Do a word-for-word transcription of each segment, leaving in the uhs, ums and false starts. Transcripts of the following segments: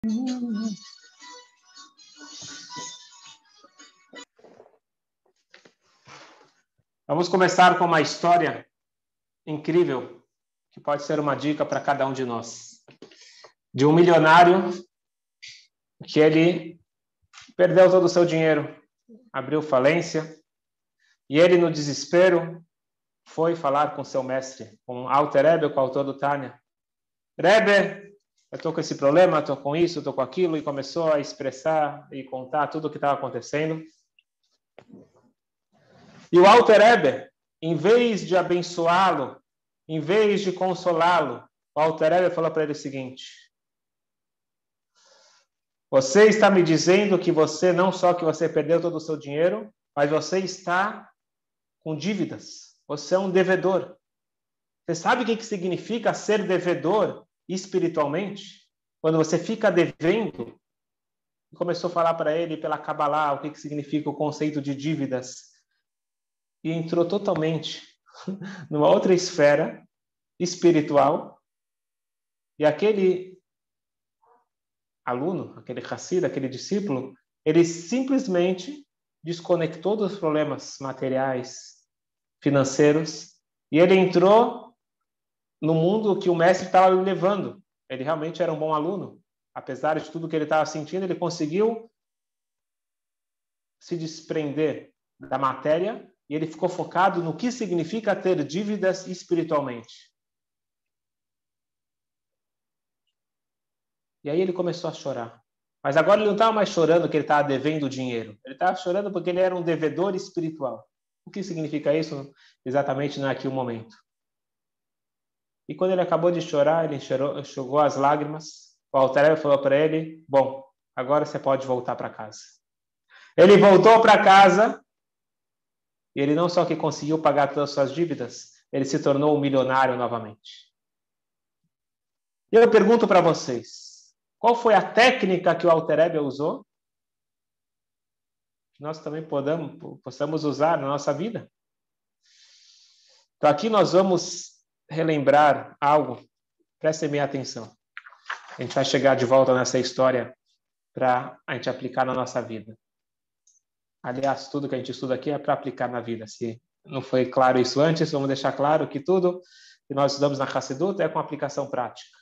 Vamos começar com uma história incrível, que pode ser uma dica para cada um de nós. De um milionário que ele perdeu todo o seu dinheiro, abriu falência, e ele, no desespero, foi falar com seu mestre, com Alter Rebbe, com o autor do Tânia. Rebbe, eu estou com esse problema, estou com isso, estou com aquilo, e começou a expressar e contar tudo o que estava acontecendo. E o Alter Rebbe, em vez de abençoá-lo, em vez de consolá-lo, o Alter Rebbe falou para ele o seguinte: você está me dizendo que você, não só que você perdeu todo o seu dinheiro, mas você está com dívidas. Você é um devedor. Você sabe o que significa ser devedor espiritualmente? Quando você fica devendo, começou a falar para ele pela Kabbalah o que significa o conceito de dívidas. E entrou totalmente numa outra esfera espiritual. E aquele aluno, aquele Hassid, aquele discípulo, ele simplesmente desconectou dos problemas materiais, financeiros, e ele entrou no mundo que o mestre estava levando. Ele realmente era um bom aluno. Apesar de tudo que ele estava sentindo, ele conseguiu se desprender da matéria e ele ficou focado no que significa ter dívidas espiritualmente. E aí ele começou a chorar. Mas agora ele não estava mais chorando que ele estava devendo dinheiro. Ele estava chorando porque ele era um devedor espiritual. O que significa isso? Exatamente não é aqui o momento. E quando ele acabou de chorar, ele enxerou, enxugou as lágrimas. O Alter Rebbe falou para ele: bom, agora você pode voltar para casa. Ele voltou para casa e ele não só que conseguiu pagar todas as suas dívidas, ele se tornou um milionário novamente. E eu pergunto para vocês, qual foi a técnica que o Alter Rebbe usou? Que nós também podamos, possamos usar na nossa vida. Então aqui nós vamos relembrar algo. Prestem bem atenção. A gente vai chegar de volta nessa história para a gente aplicar na nossa vida. Aliás, tudo que a gente estuda aqui é para aplicar na vida. Se não foi claro isso antes, vamos deixar claro que tudo que nós estudamos na Hassidut é com aplicação prática.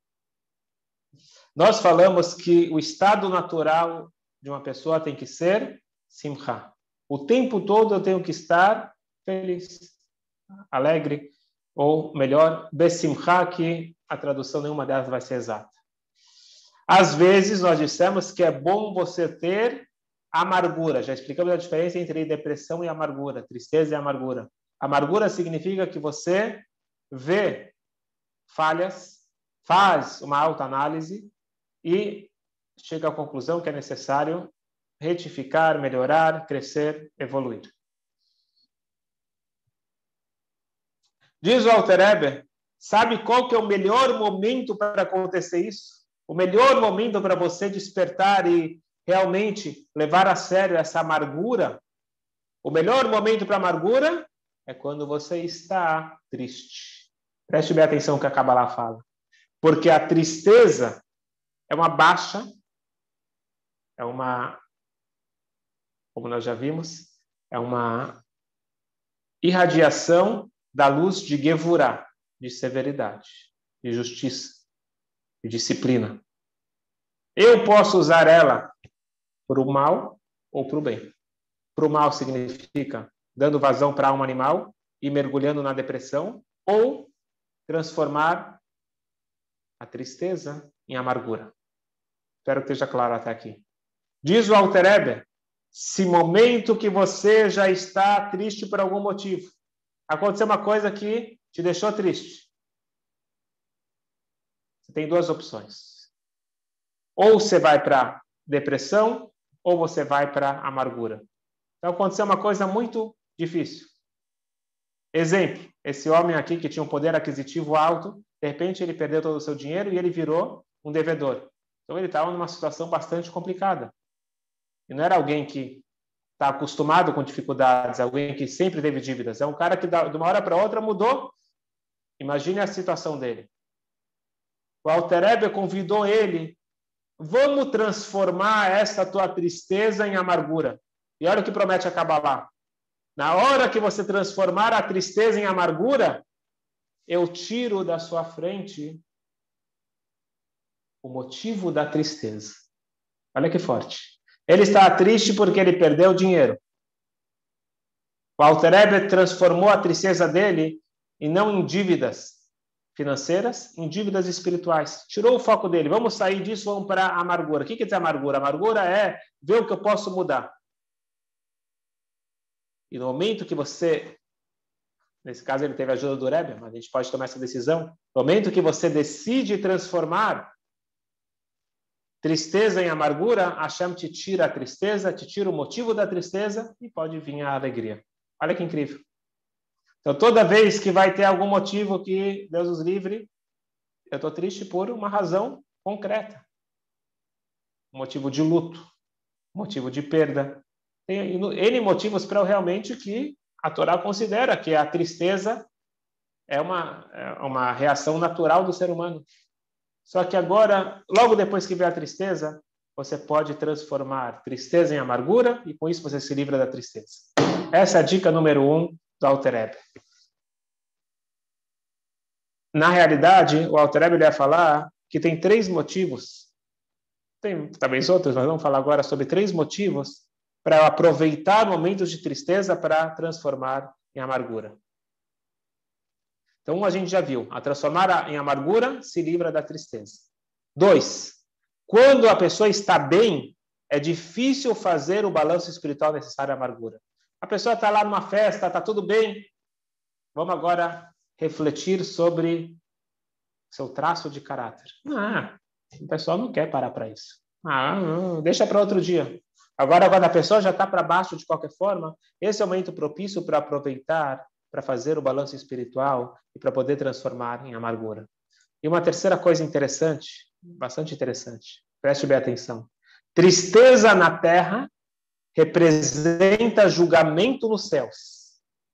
Nós falamos que o estado natural de uma pessoa tem que ser simcha. O tempo todo eu tenho que estar feliz, alegre, ou melhor, besimcha, que a tradução nenhuma delas vai ser exata. Às vezes nós dissemos que é bom você ter amargura. Já explicamos a diferença entre depressão e amargura, tristeza e amargura. Amargura significa que você vê falhas, faz uma autoanálise e chega à conclusão que é necessário retificar, melhorar, crescer, evoluir. Diz o Alter Rebbe, sabe qual que é o melhor momento para acontecer isso? O melhor momento para você despertar e realmente levar a sério essa amargura? O melhor momento para amargura é quando você está triste. Preste bem atenção no que a Kabbalah fala. Porque a tristeza é uma baixa, é uma, como nós já vimos, é uma irradiação da luz de Gevurah, de severidade, de justiça, de disciplina. Eu posso usar ela para o mal ou para o bem. Para o mal significa dando vazão para a alma animal e mergulhando na depressão, ou transformar a tristeza em amargura. Espero que esteja claro até aqui. Diz o Alter Rebbe, se momento que você já está triste por algum motivo, aconteceu uma coisa que te deixou triste, você tem duas opções. Ou você vai para depressão, ou você vai para amargura. Então aconteceu uma coisa muito difícil. Exemplo, esse homem aqui que tinha um poder aquisitivo alto, de repente ele perdeu todo o seu dinheiro e ele virou um devedor. Então ele estava numa situação bastante complicada. E não era alguém que está acostumado com dificuldades, alguém que sempre teve dívidas. É um cara que de uma hora para outra mudou. Imagine a situação dele. O Alter Rebbe convidou ele Vamos transformar essa tua tristeza em amargura. E olha o que promete acabar lá. Na hora que você transformar a tristeza em amargura, eu tiro da sua frente o motivo da tristeza. Olha que forte. Ele está triste porque ele perdeu dinheiro. O Alter Rebbe transformou a tristeza dele e não em dívidas financeiras, em dívidas espirituais. Tirou o foco dele. Vamos sair disso, vamos para a amargura. O que quer dizer amargura? Amargura é ver o que eu posso mudar. E no momento que você, nesse caso ele teve a ajuda do Rebbe, mas a gente pode tomar essa decisão. No momento que você decide transformar tristeza em amargura, Hashem te tira a tristeza, te tira o motivo da tristeza e pode vir a alegria. Olha que incrível. Então, toda vez que vai ter algum motivo que Deus nos livre, eu estou triste por uma razão concreta. Um motivo de luto, um motivo de perda. Tem N motivos para eu realmente que a Torá considera que a tristeza é uma, é uma reação natural do ser humano. Só que agora, logo depois que vem a tristeza, você pode transformar tristeza em amargura e com isso você se livra da tristeza. Essa é a dica número um do Alter Rebbe. Na realidade, o Alter Rebbe vai falar que tem três motivos, tem talvez outros, mas vamos falar agora sobre três motivos para eu aproveitar momentos de tristeza para transformar em amargura. Então, um a gente já viu, a transformar em amargura se livra da tristeza. Dois, quando a pessoa está bem, é difícil fazer o balanço espiritual necessário à amargura. A pessoa está lá numa festa, está tudo bem. Vamos agora refletir sobre seu traço de caráter. Ah, o pessoal não quer parar para isso. Ah, não, deixa para outro dia. Agora, quando a pessoa já está para baixo de qualquer forma, esse é o momento propício para aproveitar, para fazer o balanço espiritual e para poder transformar em amargura. E uma terceira coisa interessante, bastante interessante, preste bem atenção. Tristeza na terra representa julgamento nos céus.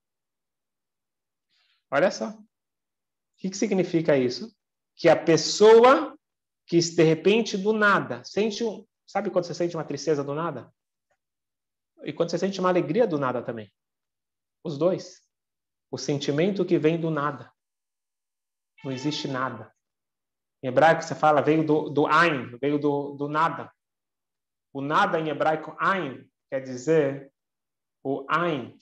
Olha só. O que, que significa isso? Que a pessoa que, de repente, do nada, sente um... Sabe quando você sente uma tristeza do nada? E quando você sente uma alegria do nada também. Os dois. O sentimento que vem do nada. Não existe nada. Em hebraico você fala, veio do, do Ain, veio do, do nada. O nada em hebraico, Ain, quer dizer o Ain,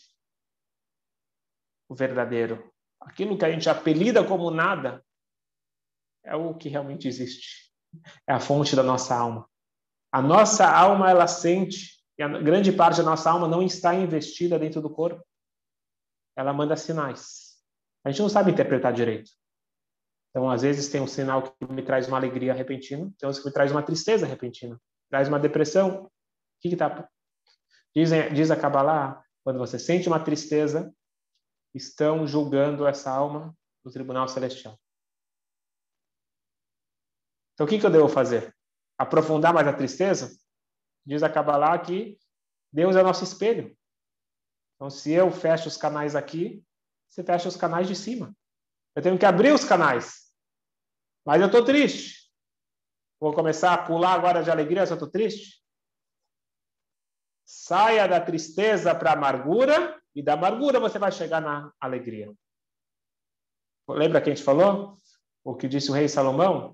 o verdadeiro. Aquilo que a gente apelida como nada é o que realmente existe. É a fonte da nossa alma. A nossa alma, ela sente, e a grande parte da nossa alma não está investida dentro do corpo. Ela manda sinais. A gente não sabe interpretar direito. Então, às vezes, tem um sinal que me traz uma alegria repentina, tem outros que me traz uma tristeza repentina, traz uma depressão. O que que tá? Diz, diz a Kabbalah, quando você sente uma tristeza, estão julgando essa alma no tribunal celestial. Então, o que que eu devo fazer? Aprofundar mais a tristeza? Diz a Kabbalah que Deus é nosso espelho. Então, se eu fecho os canais aqui, você fecha os canais de cima. Eu tenho que abrir os canais. Mas eu estou triste. Vou começar a pular agora de alegria se eu estou triste? Saia da tristeza para a amargura, e da amargura você vai chegar na alegria. Lembra que a gente falou? O que disse o rei Salomão?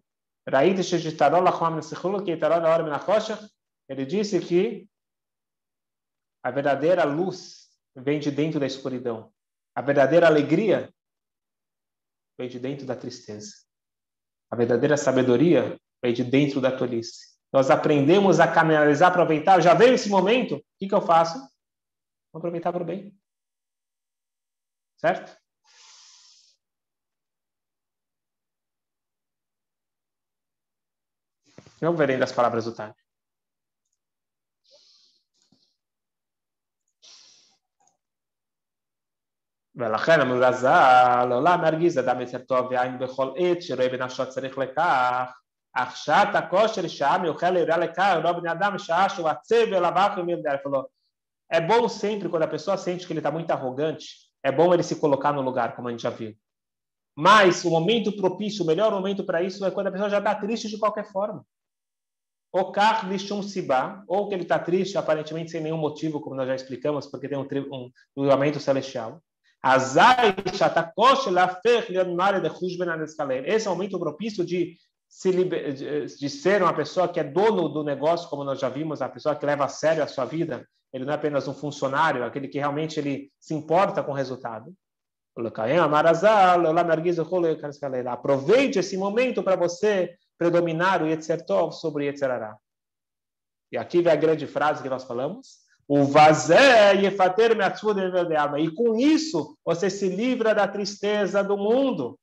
Ele disse que a verdadeira luz vem de dentro da escuridão. A verdadeira alegria vem de dentro da tristeza. A verdadeira sabedoria vem de dentro da tolice. Nós aprendemos a canalizar, aproveitar. Já veio esse momento, o que, que eu faço? Vou aproveitar para o bem. Certo? Vamos ver ainda as palavras do Tânia. ולכן אמרו רז"ל, לעולם ירגיז אדם יצר טוב ועין בכל עת שרואה בנפשו צריך לכך, אך שעת הכושר שעה מיוחדת להיראה לכך, לא בני אדם שעה שהוא עצב ולבח ומי יודע. Ele falou, é bom sempre quando a pessoa sente que ele está muito arrogante, é bom ele se colocar no lugar, como a gente já viu. Mas o momento propício, o melhor momento para isso é quando a pessoa já está triste de qualquer forma. o kar lishum sibá, ou que ele está triste, aparentemente sem nenhum motivo, como nós já explicamos, porque tem um, um julgamento celestial. Esse é o momento propício de, se liber... de ser uma pessoa que é dono do negócio, como nós já vimos, a pessoa que leva a sério a sua vida. Ele não é apenas um funcionário, aquele que realmente ele se importa com o resultado. Aproveite esse momento para você predominar o Yetzer Tov sobre o Yetzer Hara. E aqui vem a grande frase que nós falamos. O vazé yefater me'atzvut de alma. E com isso, você se livra da tristeza do mundo.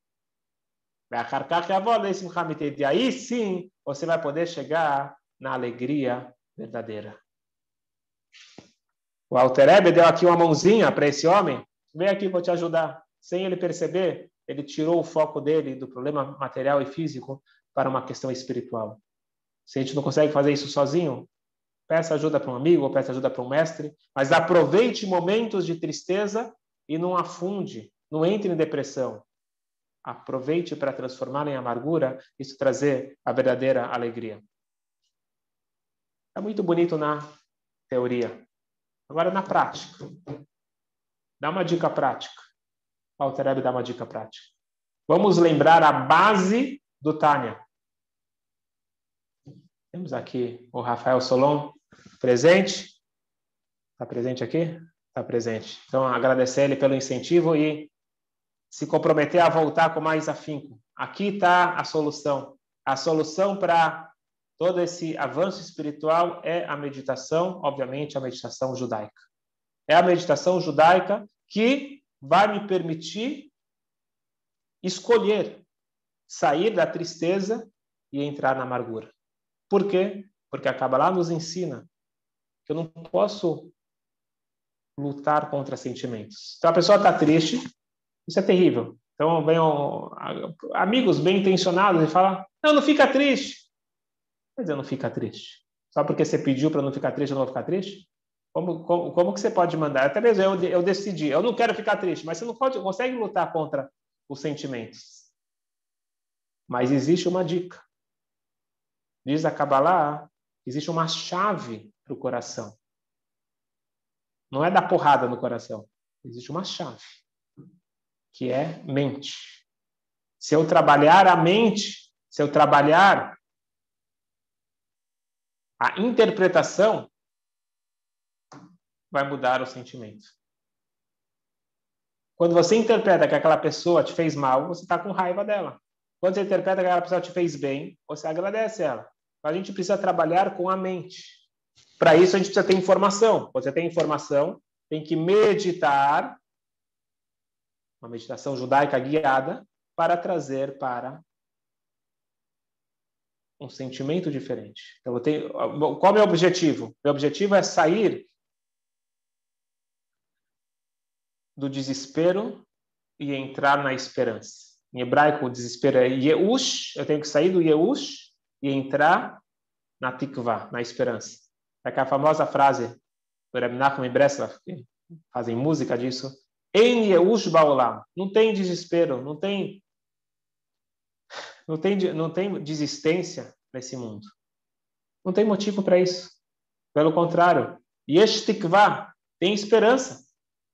E aí sim, você vai poder chegar na alegria verdadeira. O Alter Rebbe deu aqui uma mãozinha para esse homem. Vem aqui, vou te ajudar. Sem ele perceber, ele tirou o foco dele do problema material e físico para uma questão espiritual. Se a gente não consegue fazer isso sozinho, peça ajuda para um amigo ou peça ajuda para um mestre, mas aproveite momentos de tristeza e não afunde, não entre em depressão. Aproveite para transformar em amargura, isso trazer a verdadeira alegria. É muito bonito na teoria. Agora na prática. Dá uma dica prática. O Alter Rebbe dá uma dica prática. Vamos lembrar a base do Tânia. Temos aqui o Rafael Solon presente. Está presente aqui? Está presente. Então, agradecer ele pelo incentivo e se comprometer a voltar com mais afinco. Aqui está a solução. A solução para todo esse avanço espiritual é a meditação, obviamente, a meditação judaica. É a meditação judaica que vai me permitir escolher sair da tristeza e entrar na amargura. Por quê? Porque a Kabbalah nos ensina que eu não posso lutar contra sentimentos. Então a pessoa está triste, isso é terrível. Então vem um, amigos bem intencionados e falam, não, não fica triste. Quer dizer, não fica triste. Só porque você pediu para não ficar triste, eu não vou ficar triste? Como, como, como que você pode mandar? Até mesmo eu, eu decidi, eu não quero ficar triste, mas você não pode, consegue lutar contra os sentimentos. Mas existe uma dica. Diz a Kabbalah, existe uma chave para o coração. Não é dar porrada no coração. Existe uma chave, que é mente. Se eu trabalhar a mente, se eu trabalhar a interpretação, vai mudar o sentimento. Quando você interpreta que aquela pessoa te fez mal, você está com raiva dela. Quando você interpreta que aquela pessoa te fez bem, você agradece ela. A gente precisa trabalhar com a mente. Para isso, a gente precisa ter informação. Quando você tem informação, tem que meditar, uma meditação judaica guiada, para trazer para um sentimento diferente. Então, eu tenho, qual é o meu objetivo? Meu objetivo é sair do desespero e entrar na esperança. Em hebraico, o desespero é Yeush, eu tenho que sair do Yeush e entrar na Tikvah, na esperança. É aquela famosa frase do Reb Nachman em Breslav, que fazem música disso, Ein Yeush Baolam, não tem desespero, não tem, não tem, não tem desistência nesse mundo. Não tem motivo para isso. Pelo contrário, Yesh Tikvah, tem esperança.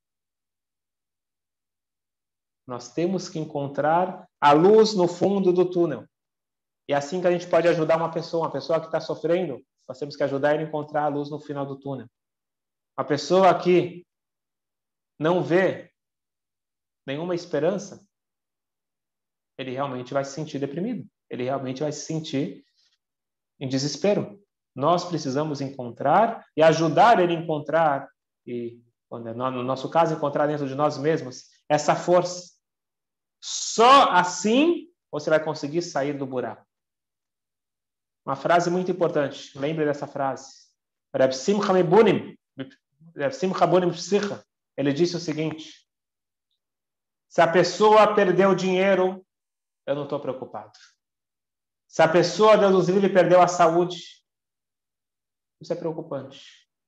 Nós temos que encontrar a luz no fundo do túnel. E é assim que a gente pode ajudar uma pessoa. Uma pessoa que está sofrendo, nós temos que ajudar ele a encontrar a luz no final do túnel. Uma pessoa que não vê nenhuma esperança, ele realmente vai se sentir deprimido. Ele realmente vai se sentir em desespero. Nós precisamos encontrar e ajudar ele a encontrar, e quando é no nosso caso, encontrar dentro de nós mesmos essa força. Só assim você vai conseguir sair do buraco. Uma frase muito importante. Lembre dessa frase. Reb Simcha Bunim, Reb Simcha Bunim Psicha, ele disse o seguinte: se a pessoa perdeu dinheiro, eu não estou preocupado. Se a pessoa, Deus nos livre, perdeu a saúde, isso é preocupante.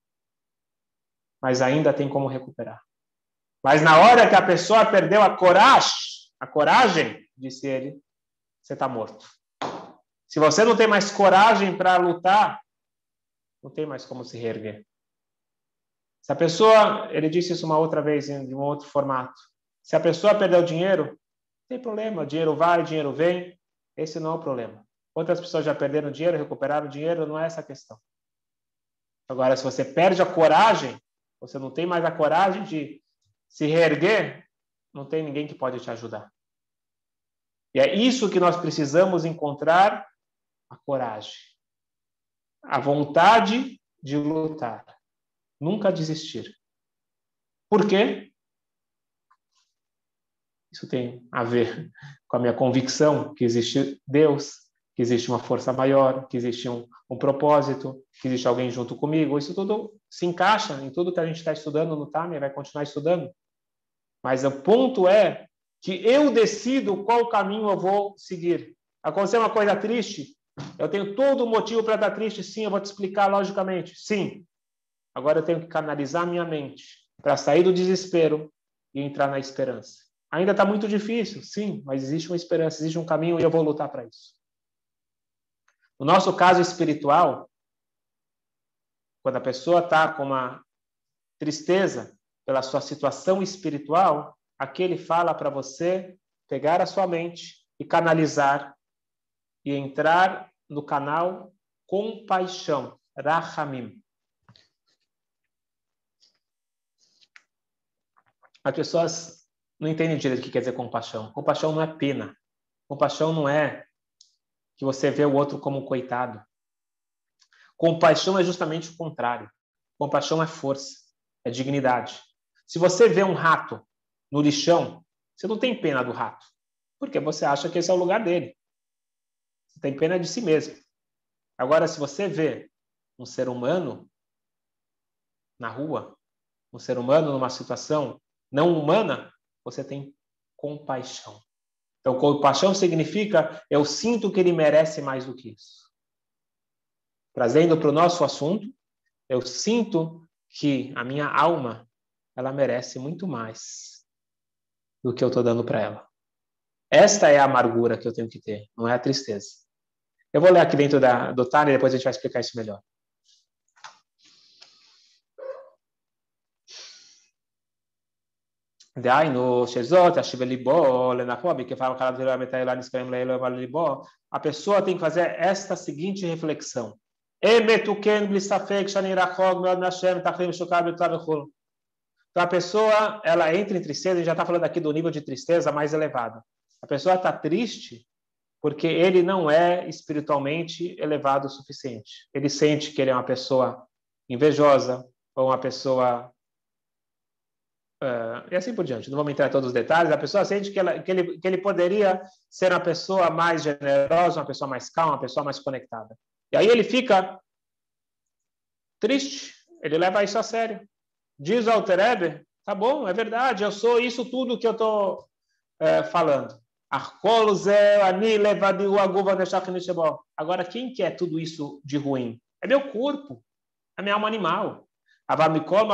Mas ainda tem como recuperar. Mas na hora que a pessoa perdeu a coragem, a coragem, disse ele, você está morto. Se você não tem mais coragem para lutar, não tem mais como se reerguer. Se a pessoa, ele disse isso uma outra vez, em um outro formato, se a pessoa perder o dinheiro, não tem problema, o dinheiro vai, o dinheiro vem, esse não é o problema. Outras pessoas já perderam dinheiro, recuperaram o dinheiro, não é essa a questão. Agora, se você perde a coragem, você não tem mais a coragem de se reerguer, não tem ninguém que pode te ajudar. E é isso que nós precisamos encontrar, a coragem. A vontade de lutar. Nunca desistir. Por quê? Isso tem a ver com a minha convicção que existe Deus, que existe uma força maior, que existe um, um propósito, que existe alguém junto comigo. Isso tudo se encaixa em tudo que a gente está estudando no Tâmia, vai continuar estudando. Mas o ponto é que eu decido qual caminho eu vou seguir. Aconteceu uma coisa triste, eu tenho todo o motivo para estar triste, sim, eu vou te explicar logicamente, sim. Agora eu tenho que canalizar minha mente para sair do desespero e entrar na esperança. Ainda está muito difícil, sim, mas existe uma esperança, existe um caminho e eu vou lutar para isso. No nosso caso espiritual, quando a pessoa está com uma tristeza pela sua situação espiritual, aqui ele fala para você pegar a sua mente e canalizar e entrar no canal compaixão, Rahamim. As pessoas não entendem direito o que quer dizer compaixão. Compaixão não é pena. Compaixão não é que você vê o outro como um coitado. Compaixão é justamente o contrário. Compaixão é força, é dignidade. Se você vê um rato no lixão, você não tem pena do rato, porque você acha que esse é o lugar dele. Você tem pena de si mesmo. Agora, se você vê um ser humano na rua, um ser humano numa situação não humana, você tem compaixão. Então, compaixão significa eu sinto que ele merece mais do que isso. Trazendo para o nosso assunto, eu sinto que a minha alma, ela merece muito mais do que eu estou dando para ela. Esta é a amargura que eu tenho que ter, não é a tristeza. Eu vou ler aqui dentro da, do Tânia e depois a gente vai explicar isso melhor. דהיינו, שזאת, השיב ליבו, לנחוע, בכפם חלב ולא המתאר לה נספרים לאלוה אבל ליבו, a pessoa tem que fazer esta seguinte reflexão. Emetuken blisafek shani rachog meod nashem tachlim shukar b'tlav v'chul. Então a pessoa, ela entra em tristeza, a gente já está falando aqui do nível de tristeza mais elevado. A pessoa está triste porque ele não é espiritualmente elevado o suficiente. Ele sente que ele é uma pessoa invejosa ou uma pessoa Uh, e assim por diante, não vamos entrar em todos os detalhes. A pessoa sente que, ela, que, ele, que ele poderia ser uma pessoa mais generosa, uma pessoa mais calma, uma pessoa mais conectada. E aí ele fica triste, ele leva isso a sério. Diz o Alter Rebbe, tá bom, é verdade, eu sou isso tudo que eu estou uh, falando. Agora, quem quer tudo isso de ruim? É meu corpo, é minha alma animal. Agora,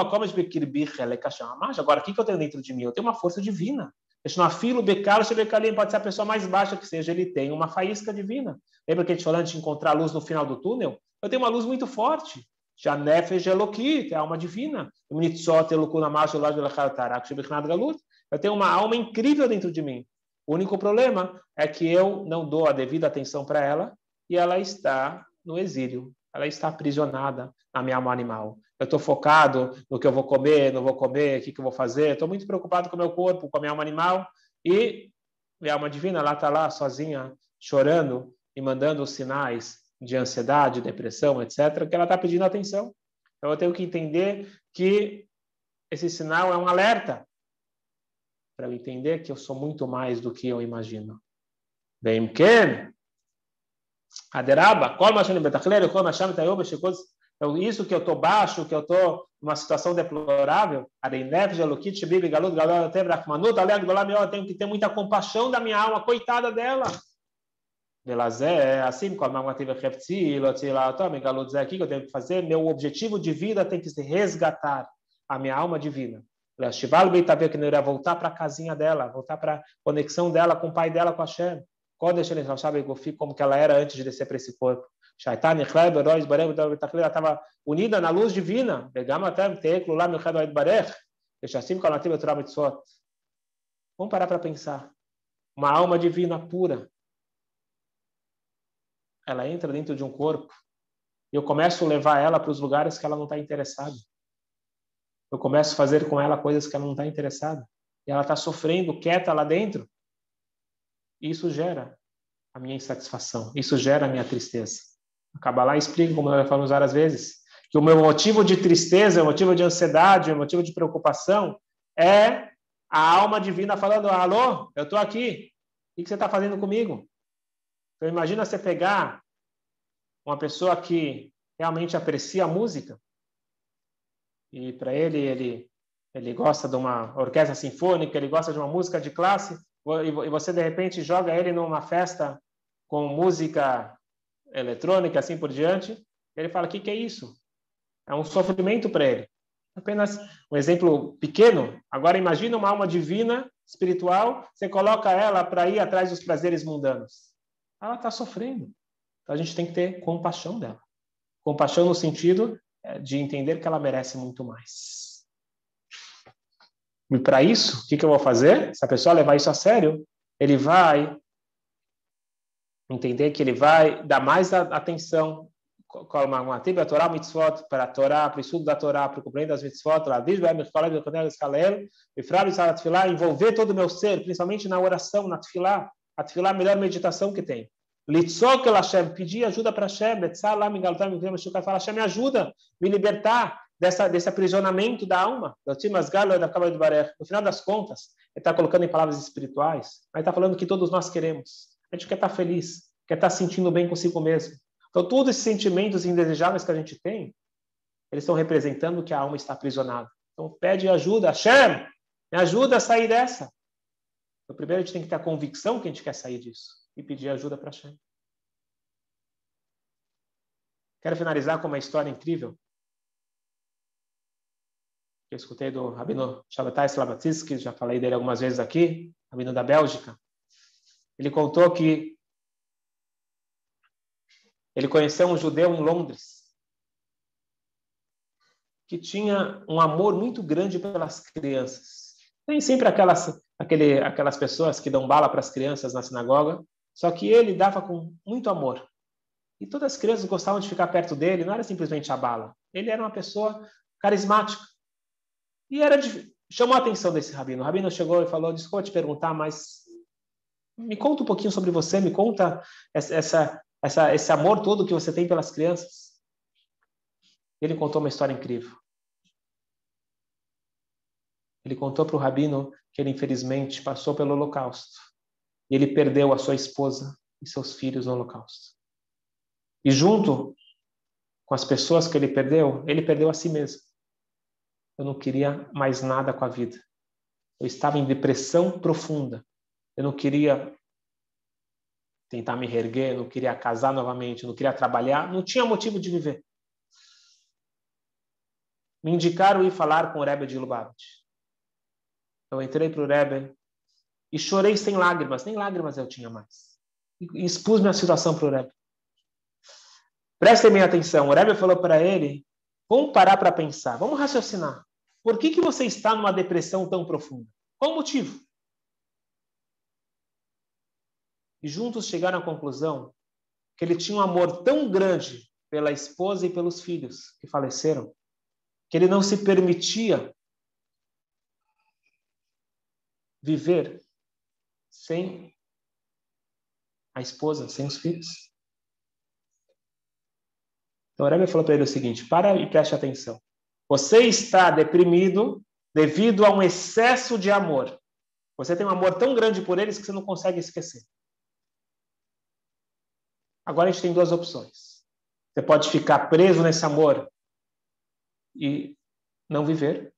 o que eu tenho dentro de mim? Eu tenho uma força divina. Pode ser a pessoa mais baixa que seja, ele tem uma faísca divina. Lembra que a gente falou antes de encontrar a luz no final do túnel? Eu tenho uma luz muito forte. Já nefesh eloki, é a alma divina. Eu tenho uma alma incrível dentro de mim. O único problema é que eu não dou a devida atenção para ela e ela está no exílio. Ela está aprisionada na minha alma animal. Eu estou focado no que eu vou comer, não vou comer, o que, que eu vou fazer. Estou muito preocupado com o meu corpo, com a minha alma animal. E minha alma divina, ela está lá sozinha, chorando e mandando os sinais de ansiedade, depressão, etcétera, que ela está pedindo atenção. Então eu tenho que entender que esse sinal é um alerta para eu entender que eu sou muito mais do que eu imagino. Bem, que Aderaba, então, isso que eu estou baixo, que eu estou numa situação deplorável, eu tenho que ter muita compaixão da minha alma, coitada dela. Assim como aqui que eu tenho que fazer, meu objetivo de vida tem que se resgatar a minha alma divina. Voltar para a casinha dela, voltar para a conexão dela com o pai dela, com Hashem. como que ela era antes de descer para esse corpo. Ela estava unida na luz divina. Vamos parar para pensar. Uma alma divina pura. Ela entra dentro de um corpo e eu começo a levar ela para os lugares que ela não está interessada. Eu começo a fazer com ela coisas que ela não está interessada. E ela está sofrendo, quieta lá dentro. Isso gera a minha insatisfação. Isso gera a minha tristeza. A Kabbalah explica, como nós falamos várias vezes, que o meu motivo de tristeza, o motivo de ansiedade, o motivo de preocupação é a alma divina falando, alô, eu estou aqui. O que você está fazendo comigo? Então, imagina você pegar uma pessoa que realmente aprecia a música e para ele, ele, ele gosta de uma orquestra sinfônica, ele gosta de uma música de classe, e você, de repente, joga ele numa festa com música eletrônica, assim por diante, ele fala, o que, que é isso? É um sofrimento para ele. Apenas um exemplo pequeno. Agora, imagina uma alma divina, espiritual, você coloca ela para ir atrás dos prazeres mundanos. Ela está sofrendo. Então, a gente tem que ter compaixão dela. Compaixão no sentido de entender que ela merece muito mais. E para isso, o que, que eu vou fazer? Se a pessoa levar isso a sério, ele vai entender que ele vai dar mais atenção para a Torá, mitzvot, para a Torá, para o estudo da Torá, para o cumprimento das mitzvot, envolver todo o meu ser, principalmente na oração, na tefilá. A tefilá é a melhor meditação que tem. Litzok el Hashem, pedir ajuda para Hashem, Hashem me ajuda, me libertar dessa, desse aprisionamento da alma. No final das contas, ele está colocando em palavras espirituais, mas está falando que todos nós queremos. A gente quer estar feliz, quer estar se sentindo bem consigo mesmo. Então, todos esses sentimentos indesejáveis que a gente tem, eles estão representando que a alma está aprisionada. Então, pede ajuda. Hashem, me ajuda a sair dessa. Então, primeiro, a gente tem que ter a convicção que a gente quer sair disso e pedir ajuda para Hashem. Quero finalizar com uma história incrível que eu escutei do Rabino Shabbatai Slavatsky, já falei dele algumas vezes aqui, Rabino da Bélgica. Ele contou que ele conheceu um judeu em Londres que tinha um amor muito grande pelas crianças. Tem sempre aquelas, aquele, aquelas pessoas que dão bala para as crianças na sinagoga, só que ele dava com muito amor. E todas as crianças gostavam de ficar perto dele, não era simplesmente a bala. Ele era uma pessoa carismática. E era de, chamou a atenção desse rabino. O rabino chegou e falou, desculpa te perguntar, mas me conta um pouquinho sobre você, me conta essa, essa, esse amor todo que você tem pelas crianças. Ele contou uma história incrível. Ele contou para o rabino que ele, infelizmente, passou pelo Holocausto. E ele perdeu a sua esposa e seus filhos no Holocausto. E junto com as pessoas que ele perdeu, ele perdeu a si mesmo. Eu não queria mais nada com a vida. Eu estava em depressão profunda. Eu não queria tentar me reerguer, eu não queria casar novamente, eu não queria trabalhar, não tinha motivo de viver. Me indicaram ir falar com o Rebbe de Lubavitch. Eu entrei para o Rebbe e chorei sem lágrimas, nem lágrimas eu tinha mais. E expus minha situação para o Rebbe. Prestem bem atenção, o Rebbe falou para ele, vamos parar para pensar, vamos raciocinar. Por que, que você está numa depressão tão profunda? Qual o motivo? E juntos chegaram à conclusão que ele tinha um amor tão grande pela esposa e pelos filhos que faleceram, que ele não se permitia viver sem a esposa, sem os filhos. Então, o Rebbe falou para ele o seguinte, para e preste atenção. Você está deprimido devido a um excesso de amor. Você tem um amor tão grande por eles que você não consegue esquecer. Agora a gente tem duas opções. Você pode ficar preso nesse amor e não viver.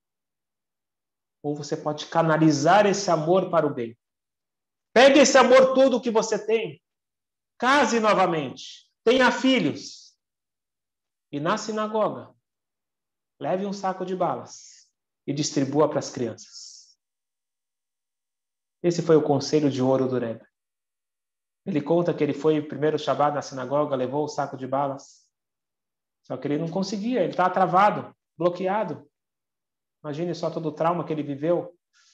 Ou você pode canalizar esse amor para o bem. Pegue esse amor todo que você tem. Case novamente. Tenha filhos. E na sinagoga, leve um saco de balas e distribua para as crianças. Esse foi o conselho de ouro do Rebbe. Ele conta que ele foi primeiro Shabbat na sinagoga, levou o saco de balas. Só que ele não conseguia, ele estava travado, bloqueado. Imagine só todo o trauma que ele viveu.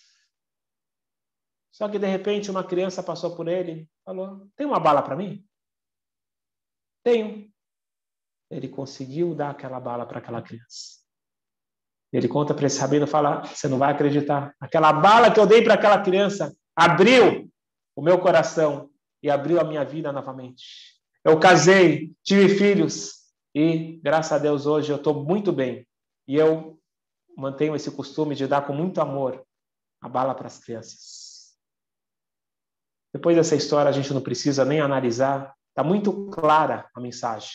Só que de repente uma criança passou por ele e falou, tem uma bala para mim? Tenho. Ele conseguiu dar aquela bala para aquela criança. Ele conta para esse rabino, fala, você não vai acreditar. Aquela bala que eu dei para aquela criança abriu o meu coração e abriu a minha vida novamente. Eu casei, tive filhos e, graças a Deus, hoje eu estou muito bem. E eu mantenho esse costume de dar com muito amor a bala para as crianças. Depois dessa história, a gente não precisa nem analisar. Está muito clara a mensagem.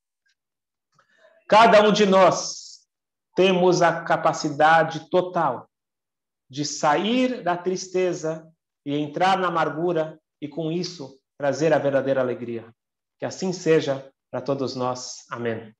Cada um de nós temos a capacidade total de sair da tristeza e entrar na amargura e, com isso, trazer a verdadeira alegria. Que assim seja para todos nós. Amém.